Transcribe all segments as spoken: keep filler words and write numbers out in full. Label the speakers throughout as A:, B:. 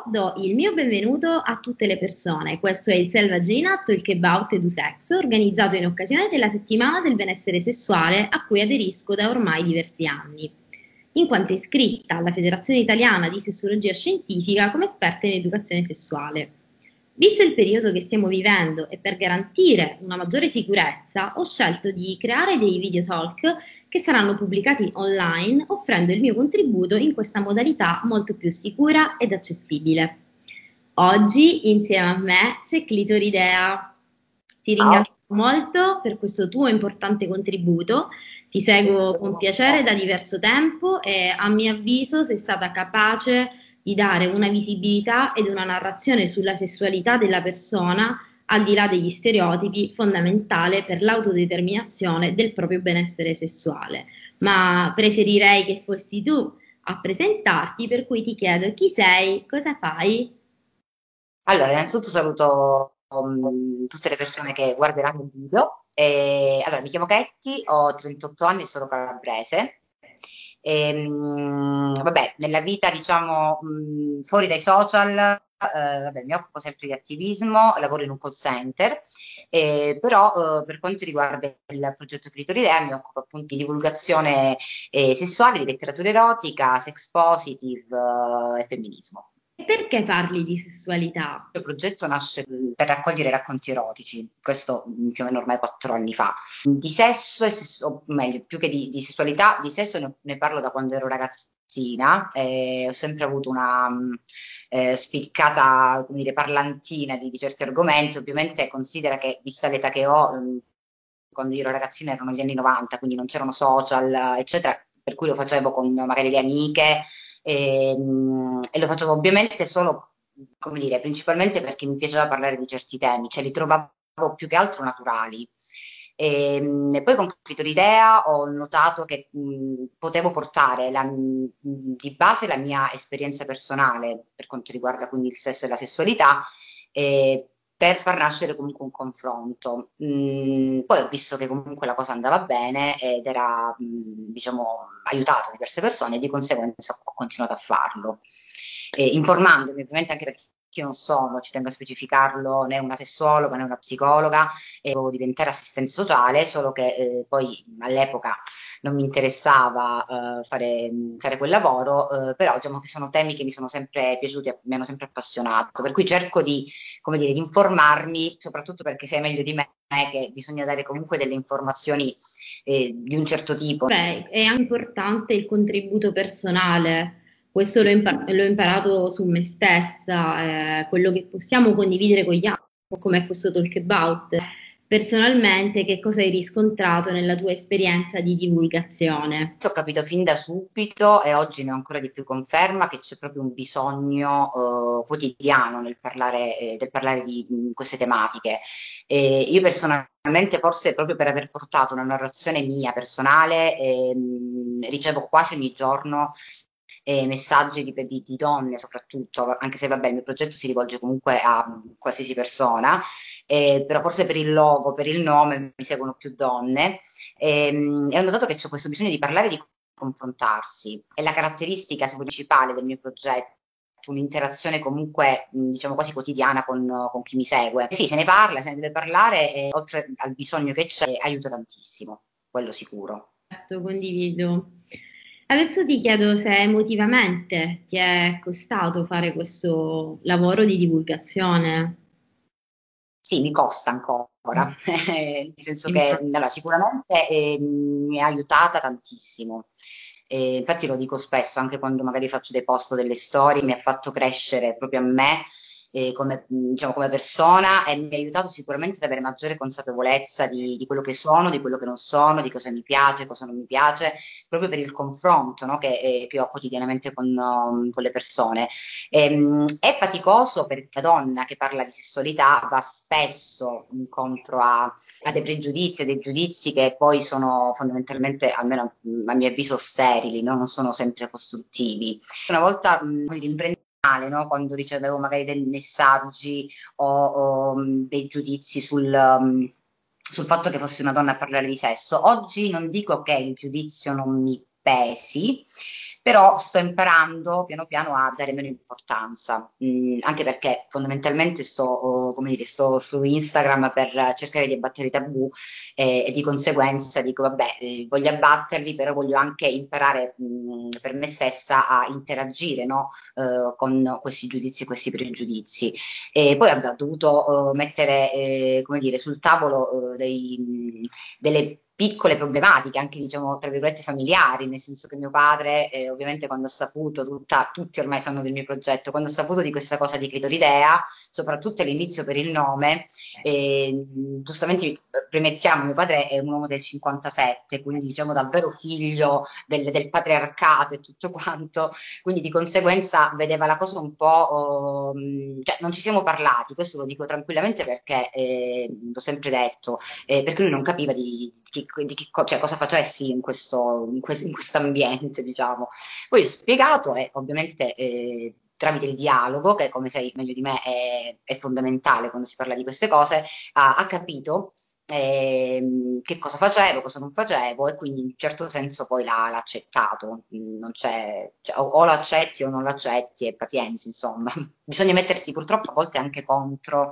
A: do il mio benvenuto a tutte le persone. Questo è il Selvaggina, Talk About Edu Sex, organizzato in occasione della settimana del benessere sessuale a cui aderisco da ormai diversi anni, in quanto iscritta alla Federazione Italiana di Sessologia Scientifica come esperta in educazione sessuale. Visto il periodo che stiamo vivendo e per garantire una maggiore sicurezza, ho scelto di creare dei video talk che saranno pubblicati online, offrendo il mio contributo in questa modalità molto più sicura ed accessibile. Oggi insieme a me c'è Clitoridea. Ti ringrazio molto per questo tuo importante contributo, ti seguo con piacere da diverso tempo e a mio avviso sei stata capace di dare una visibilità ed una narrazione sulla sessualità della persona al di là degli stereotipi, fondamentale per l'autodeterminazione del proprio benessere sessuale. Ma preferirei che fossi tu a presentarti, per cui ti chiedo chi sei, cosa fai?
B: Allora, innanzitutto saluto um, tutte le persone che guarderanno il video. E, allora, mi chiamo Ketty, ho trentotto anni e sono calabrese. E, mm, vabbè, nella vita, diciamo, mm, fuori dai social, eh, vabbè, mi occupo sempre di attivismo, lavoro in un call center, eh, però eh, per quanto riguarda il progetto Clitoridea mi occupo appunto di divulgazione eh, sessuale, di letteratura erotica, sex positive eh, e femminismo.
A: Perché parli di sessualità?
B: Il progetto nasce mh, per raccogliere racconti erotici, questo mh, più o meno ormai quattro anni fa. Di sesso, e sess- o meglio, più che di, di sessualità, di sesso ne, ne parlo da quando ero ragazzina, e ho sempre avuto una mh, eh, spiccata, come dire, parlantina di, di certi argomenti. Ovviamente considera che, vista l'età che ho, mh, quando io ero ragazzina erano gli anni novanta, quindi non c'erano social, eccetera, per cui lo facevo con magari le amiche e, mh, e lo facevo ovviamente solo, come dire, principalmente perché mi piaceva parlare di certi temi, cioè li trovavo più che altro naturali. E, mh, e poi con Clitoridea ho notato che mh, potevo portare la- mh, di base la mia esperienza personale per quanto riguarda quindi il sesso e la sessualità, eh, per far nascere comunque un confronto. Mm, poi ho visto che comunque la cosa andava bene ed era, mm, diciamo, aiutata da diverse persone e di conseguenza ho continuato a farlo. Eh, informandomi ovviamente anche perché io non sono, ci tengo a specificarlo, né una sessuologa né una psicologa, e volevo diventare assistente sociale, solo che eh, poi all'epoca non mi interessava eh, fare, fare quel lavoro, eh, però diciamo che sono temi che mi sono sempre piaciuti, mi hanno sempre appassionato, per cui cerco di, come dire, di informarmi, soprattutto perché sai meglio di me che bisogna dare comunque delle informazioni eh, di un certo tipo.
A: Beh, è anche importante il contributo personale. Questo l'ho impa- l'ho imparato su me stessa, eh, quello che possiamo condividere con gli altri, come questo talk about. Personalmente, che cosa hai riscontrato nella tua esperienza di divulgazione?
B: Ho capito fin da subito e oggi ne ho ancora di più conferma che c'è proprio un bisogno eh, quotidiano nel parlare, eh, del parlare di mh, queste tematiche. E io personalmente, forse proprio per aver portato una narrazione mia personale, ehm, ricevo quasi ogni giorno eh, messaggi di, di- di donne soprattutto, anche se vabbè il mio progetto si rivolge comunque a mh, qualsiasi persona, eh, però forse per il logo, per il nome mi seguono più donne. Ehm, E, ho notato che c'è questo bisogno di parlare, di confrontarsi. È la caratteristica principale del mio progetto, un'interazione comunque, mh, diciamo quasi quotidiana con, con chi mi segue. Sì, se ne parla, se ne deve parlare, e oltre al bisogno che c'è, aiuta tantissimo, quello sicuro.
A: Certo, condivido. Adesso ti chiedo se emotivamente ti è costato fare questo lavoro di divulgazione.
B: Sì, mi costa ancora, nel senso che allora, sicuramente eh, mi ha aiutata tantissimo. E infatti lo dico spesso, anche quando magari faccio dei post o delle storie, mi ha fatto crescere proprio a me eh, come, diciamo, come persona e mi ha aiutato sicuramente ad avere maggiore consapevolezza di, di quello che sono, di quello che non sono, di cosa mi piace, cosa non mi piace, proprio per il confronto, no, che, eh, che ho quotidianamente con, um, con le persone. Ehm, è faticoso perché la donna che parla di sessualità va spesso incontro a, a dei pregiudizi, a dei giudizi che poi sono fondamentalmente, almeno mh, a mio avviso, sterili, no? Non sono sempre costruttivi. Una volta mh, in male, no? Quando ricevevo magari dei messaggi o, o, mh, dei giudizi sul, mh, sul fatto che fossi una donna a parlare di sesso. Oggi non dico che il giudizio non mi pesi, però sto imparando piano piano a dare meno importanza, mm, anche perché fondamentalmente sto, oh, come dire, sto su Instagram per cercare di abbattere i tabù eh, e di conseguenza dico, vabbè, eh, voglio abbatterli, però voglio anche imparare mh, per me stessa a interagire, no, eh, con questi giudizi e questi pregiudizi. E poi vabbè, ho dovuto eh, mettere, eh, come dire, sul tavolo eh, dei, mh, delle piccole problematiche, anche diciamo tra virgolette familiari, nel senso che mio padre, eh, ovviamente quando ha saputo, tutta, tutti ormai sanno del mio progetto, quando ha saputo di questa cosa di Clitoridea, soprattutto all'inizio per il nome, eh, giustamente premettiamo, mio padre è un uomo del cinquantasette, quindi diciamo davvero figlio del, del patriarcato e tutto quanto, quindi di conseguenza vedeva la cosa un po', oh, cioè non ci siamo parlati, questo lo dico tranquillamente perché eh, l'ho sempre detto, eh, perché lui non capiva di, di, di che, cioè, cosa facessi in questo in questo ambiente, diciamo. Poi ho spiegato e ovviamente eh, tramite il dialogo, che come sai meglio di me è, è fondamentale quando si parla di queste cose, ha, ha capito ehm, che cosa facevo, cosa non facevo e quindi in un certo senso poi l'ha, l'ha accettato. Mm, non c'è, cioè, o, o lo accetti o non lo accetti e pazienza, insomma. Bisogna mettersi purtroppo a volte anche contro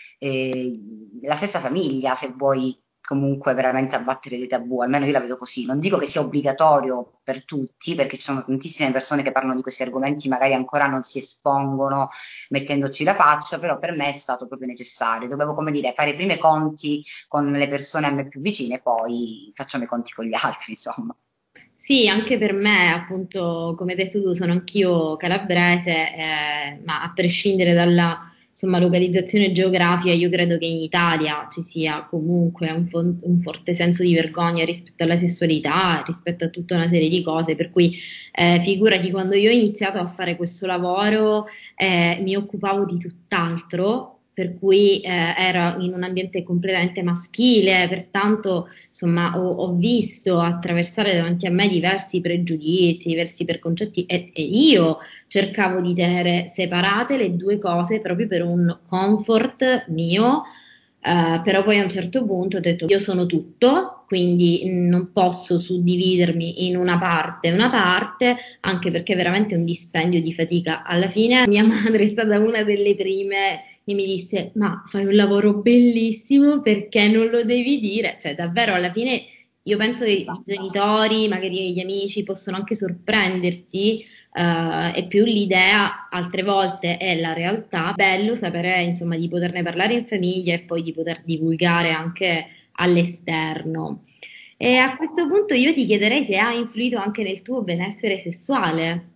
B: eh, la stessa famiglia se vuoi comunque veramente abbattere dei tabù, almeno io la vedo così. Non dico che sia obbligatorio per tutti, perché ci sono tantissime persone che parlano di questi argomenti, magari ancora non si espongono mettendoci la faccia, però per me è stato proprio necessario. Dovevo, come dire, fare i primi conti con le persone a me più vicine, poi facciamo i conti con gli altri, insomma.
A: Sì, anche per me, appunto, come hai detto tu, sono anch'io calabrese, eh, ma a prescindere dalla, insomma, localizzazione geografica, io credo che in Italia ci sia comunque un, fo- un forte senso di vergogna rispetto alla sessualità, rispetto a tutta una serie di cose, per cui eh, figurati quando io ho iniziato a fare questo lavoro, eh, mi occupavo di tutt'altro. Per cui eh, ero in un ambiente completamente maschile, pertanto insomma, ho, ho visto attraversare davanti a me diversi pregiudizi, diversi preconcetti e, e io cercavo di tenere separate le due cose proprio per un comfort mio, eh, però poi a un certo punto ho detto io sono tutto, quindi non posso suddividermi in una parte e una parte, anche perché è veramente un dispendio di fatica. Alla fine mia madre è stata una delle prime e mi disse: Ma fai un lavoro bellissimo, perché non lo devi dire? Cioè, davvero, alla fine io penso che i genitori, magari gli amici, possono anche sorprenderti, eh, è più l'idea, altre volte è la realtà. Bello sapere, insomma, di poterne parlare in famiglia e poi di poter divulgare anche all'esterno. E a questo punto io ti chiederei se ha influito anche nel tuo benessere sessuale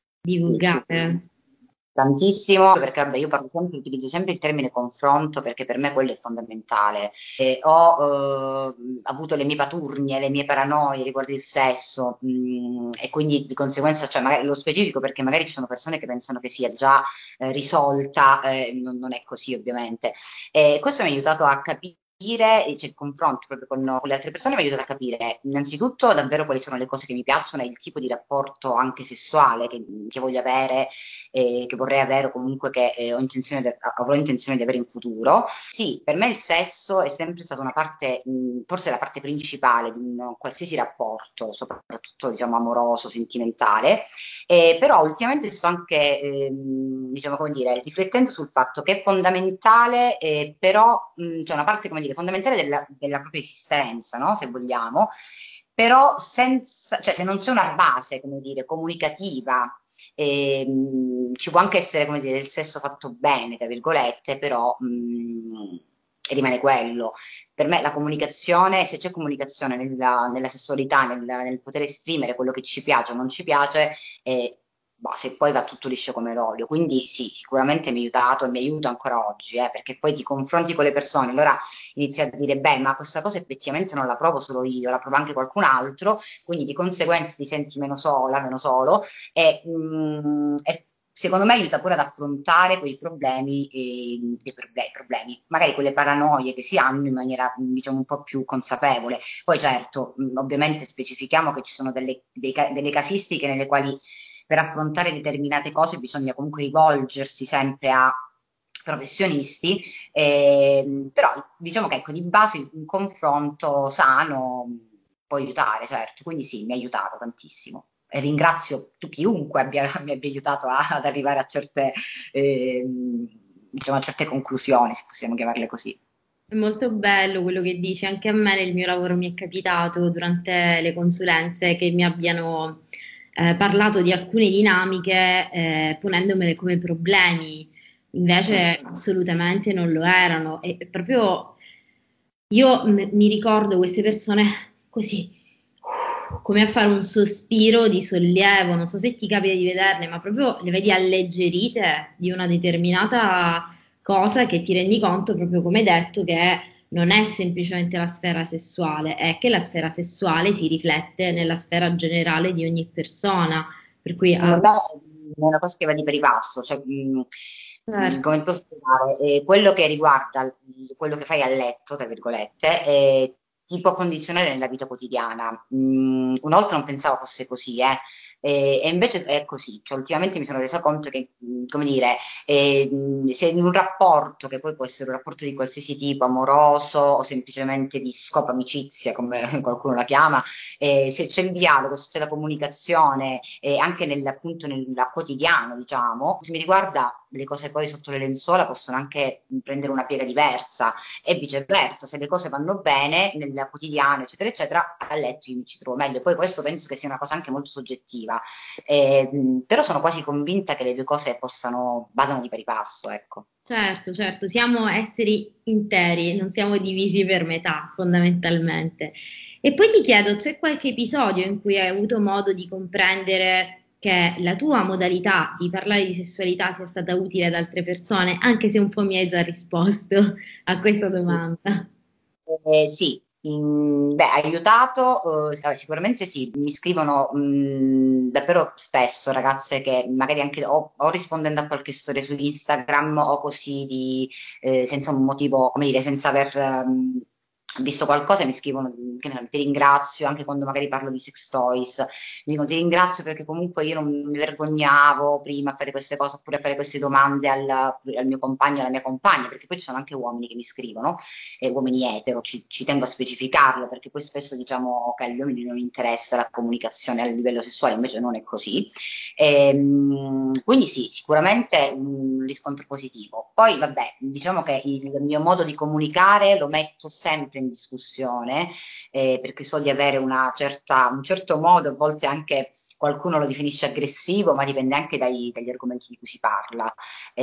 B: Sì, sì,
A: divulgare.
B: tantissimo, perché vabbè, io parlo sempre, utilizzo sempre il termine confronto perché per me quello è fondamentale. E ho eh, avuto le mie paturnie, le mie paranoie riguardo il sesso mh, e quindi di conseguenza, cioè magari lo specifico perché magari ci sono persone che pensano che sia già eh, risolta, eh, non, non è così ovviamente. E questo mi ha aiutato a capire. E c'è il confronto proprio con, con le altre persone mi ha aiutato a capire innanzitutto davvero quali sono le cose che mi piacciono e il tipo di rapporto anche sessuale che, che voglio avere, eh, che vorrei avere o comunque che eh, ho intenzione de- avrò intenzione di avere in futuro. Sì, per me il sesso è sempre stata una parte, mh, forse la parte principale di un qualsiasi rapporto, soprattutto diciamo amoroso, sentimentale, eh, però ultimamente sto anche, ehm, diciamo come dire, riflettendo sul fatto che è fondamentale, eh, però mh, c'è una parte, come dire, fondamentale della, della propria esistenza, no? Se vogliamo, però senza, cioè se non c'è una base, come dire, comunicativa, ehm, ci può anche essere, come dire, il sesso fatto bene, tra virgolette, però mh, rimane quello. Per me la comunicazione, se c'è comunicazione nella, nella sessualità, nel, nel poter esprimere quello che ci piace o non ci piace, eh, boh, se poi va tutto liscio come l'olio. Quindi sì, sicuramente mi ha aiutato e mi aiuta ancora oggi, eh, perché poi ti confronti con le persone, allora inizi a dire, beh, ma questa cosa effettivamente non la provo solo io, la prova anche qualcun altro, quindi di conseguenza ti senti meno sola, meno solo e, mm, e secondo me aiuta pure ad affrontare quei problemi, eh, dei proble- problemi, magari quelle paranoie che si hanno in maniera, mh, diciamo, un po' più consapevole. Poi certo, mh, ovviamente specifichiamo che ci sono delle, dei ca- delle casistiche nelle quali per affrontare determinate cose bisogna comunque rivolgersi sempre a professionisti, ehm, però diciamo che ecco, di base un confronto sano può aiutare, certo, quindi sì, mi ha aiutato tantissimo. E ringrazio tu chiunque abbia, mi abbia aiutato a- ad arrivare a certe, ehm, diciamo, a certe conclusioni, se possiamo chiamarle così.
A: È molto bello quello che dici, anche a me nel mio lavoro mi è capitato durante le consulenze che mi abbiano eh, parlato di alcune dinamiche eh, ponendomele come problemi, invece
B: Mm.
A: assolutamente non lo erano. E proprio io m- mi ricordo queste persone così, come a fare un sospiro di sollievo, non so se ti capita di vederle, ma proprio le vedi alleggerite di una determinata cosa che ti rendi conto, proprio come hai detto, che non è semplicemente la sfera sessuale, è che la sfera sessuale si riflette nella sfera generale di ogni persona. Per cui, ah,
B: Secondo me è una cosa che va di per i passo, cioè, mh, mh,
A: certo.
B: come posso spiegare, eh, quello che riguarda il- quello che fai a letto, tra virgolette, eh, ti può condizionare nella vita quotidiana. Mh, una volta non pensavo fosse così, eh, e, e invece è così. Cioè, ultimamente mi sono resa conto che, mh, come dire, eh, mh, se in un rapporto, che poi può essere un rapporto di qualsiasi tipo, amoroso o semplicemente di scopo amicizia, come qualcuno la chiama, eh, se c'è il dialogo, se c'è la comunicazione, eh, anche nel, appunto nella quotidiano, diciamo, se mi riguarda, le cose poi sotto le lenzuola possono anche prendere una piega diversa e viceversa, se le cose vanno bene nel quotidiano, eccetera, eccetera, a letto io mi ci trovo meglio. Poi questo penso che sia una cosa anche molto soggettiva, eh, mh, però sono quasi convinta che le due cose possano, vadano di pari passo, ecco.
A: Certo, certo, siamo esseri interi, non siamo divisi per metà, fondamentalmente. E poi ti chiedo, c'è qualche episodio in cui hai avuto modo di comprendere che la tua modalità di parlare di sessualità sia stata utile ad altre persone, anche se un po' mi hai già risposto a questa domanda?
B: Eh, sì, mm, beh, ha aiutato, eh, vabbè, sicuramente sì, mi scrivono mm, davvero spesso ragazze che magari anche o, o rispondendo a qualche storia su Instagram o così di, eh, senza un motivo, come dire, senza aver ehm, visto qualcosa mi scrivono, che ne so, ti ringrazio, anche quando magari parlo di sex toys, mi dicono ti ringrazio perché comunque io non mi vergognavo prima a fare queste cose oppure a fare queste domande al, al mio compagno, alla mia compagna, perché poi ci sono anche uomini che mi scrivono eh, uomini etero, ci, ci tengo a specificarlo perché poi spesso diciamo che agli uomini non interessa la comunicazione a livello sessuale, invece non è così. Ehm, quindi sì, sicuramente un riscontro positivo. Poi vabbè, diciamo che il mio modo di comunicare lo metto sempre in discussione eh, perché so di avere una certa, un certo modo, a volte anche qualcuno lo definisce aggressivo, ma dipende anche dai, dagli argomenti di cui si parla.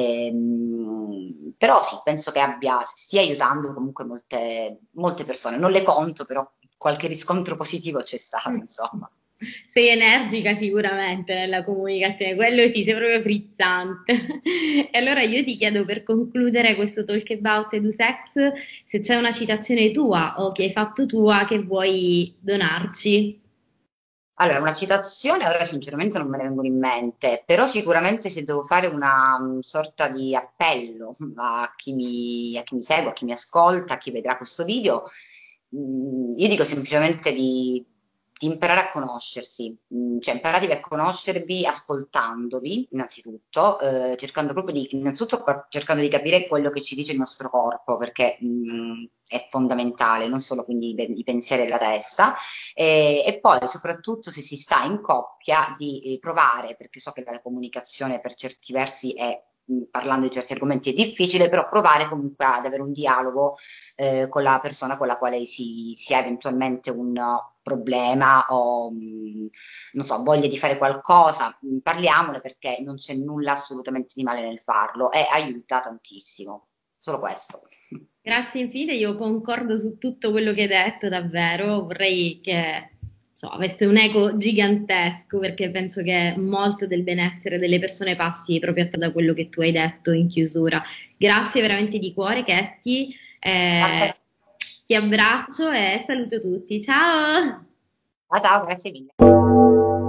B: Ehm, però sì, penso che abbia, stia aiutando comunque molte, molte persone. Non le conto, però qualche riscontro positivo c'è stato, insomma.
A: Sei energica sicuramente nella comunicazione, quello sì, sei proprio frizzante. E allora io ti chiedo per concludere questo talk about EduSex se c'è una citazione tua o che hai fatto tua che vuoi donarci.
B: Allora, una citazione ora sinceramente non me ne vengono in mente, però sicuramente se devo fare una mm, sorta di appello a chi mi, a chi mi segue, a chi mi ascolta, a chi vedrà questo video, mm, io dico semplicemente di, di imparare a conoscersi, mm, cioè imparatevi a conoscervi ascoltandovi innanzitutto, eh, cercando proprio di, innanzitutto qua- cercando di capire quello che ci dice il nostro corpo, perché mm, è fondamentale, non solo quindi i i pensieri della testa e, e poi soprattutto se si sta in coppia di eh, provare, perché so che la comunicazione per certi versi è, mh, parlando di certi argomenti è difficile, però provare comunque ad avere un dialogo eh, con la persona con la quale si, si ha eventualmente un uh, problema o mh, non so, voglia di fare qualcosa, mh, parliamone perché non c'è nulla assolutamente di male nel farlo e aiuta tantissimo. Solo questo.
A: Grazie infinite, io concordo su tutto quello che hai detto, davvero. Vorrei che so, avesse un eco gigantesco perché penso che molto del benessere delle persone passi proprio da quello che tu hai detto in chiusura. Grazie veramente di cuore, Chetti.
B: Grazie.
A: Eh, ti abbraccio e saluto tutti. Ciao!
B: Ah, ciao, grazie mille.